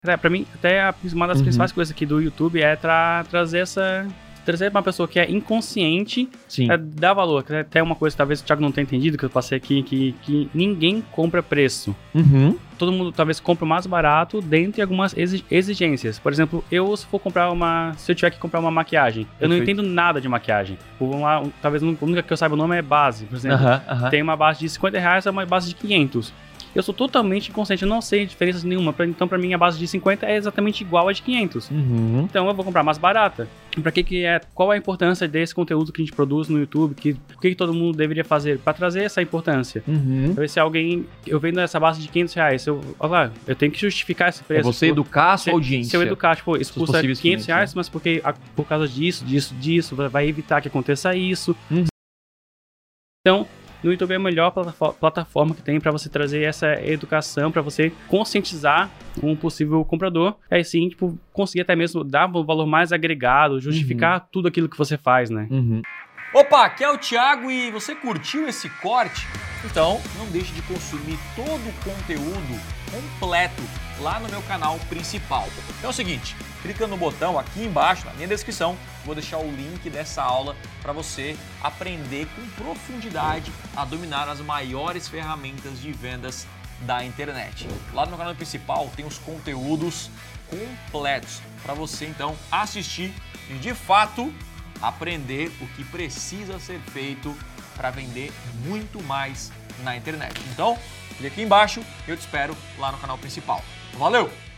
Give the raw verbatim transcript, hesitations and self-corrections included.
Pra mim, até uma das Uhum. principais coisas aqui do YouTube é tra trazer essa... trazer pra uma pessoa que é inconsciente, Sim. é, dar valor. Até uma coisa, talvez o Thiago não tenha entendido, que eu passei aqui, que, que ninguém compra preço. Uhum. Todo mundo talvez compra o mais barato dentro de algumas exi- exigências. Por exemplo, eu se for comprar uma... Se eu tiver que comprar uma maquiagem, eu não Perfeito. entendo nada de maquiagem. Uma, um, talvez a única que eu saiba o nome é base, por exemplo. Aham, aham. Tem uma base de cinquenta reais e uma base de quinhentos. Eu sou totalmente inconsciente, eu não sei diferença nenhuma. Pra- Então, pra mim, a base de cinquenta é exatamente igual a de quinhentos. Uhum. Então, eu vou comprar mais barata. Pra que que é? Qual é a importância desse conteúdo que a gente produz no YouTube? Que, o que, que todo mundo deveria fazer pra trazer essa importância? Uhum. Talvez se alguém... Eu vendo essa base de quinhentos reais, eu, olha lá, eu tenho que justificar esse É preço. você Por- educar a sua se, audiência. se eu educar, tipo, isso Seus custa possíveis quinhentos reais, clientes, mas porque, a- por causa disso, disso, disso, vai- vai evitar que aconteça isso. Uhum. Então, no YouTube é a melhor plataforma, plataforma que tem para você trazer essa educação, para você conscientizar um possível comprador. Aí sim, tipo, conseguir até mesmo dar um valor mais agregado, justificar tudo aquilo que você faz, né? Uhum. Opa, aqui é o Thiago e você curtiu esse corte? Então não deixe de consumir todo o conteúdo completo lá no meu canal principal. Então é o seguinte, clica no botão aqui embaixo na minha descrição, vou deixar o link dessa aula para você aprender com profundidade a dominar as maiores ferramentas de vendas da internet. Lá no meu canal principal tem os conteúdos completos para você então assistir e de fato aprender o que precisa ser feito para vender muito mais na internet. Então, clique aqui embaixo e eu te espero lá no canal principal. Valeu!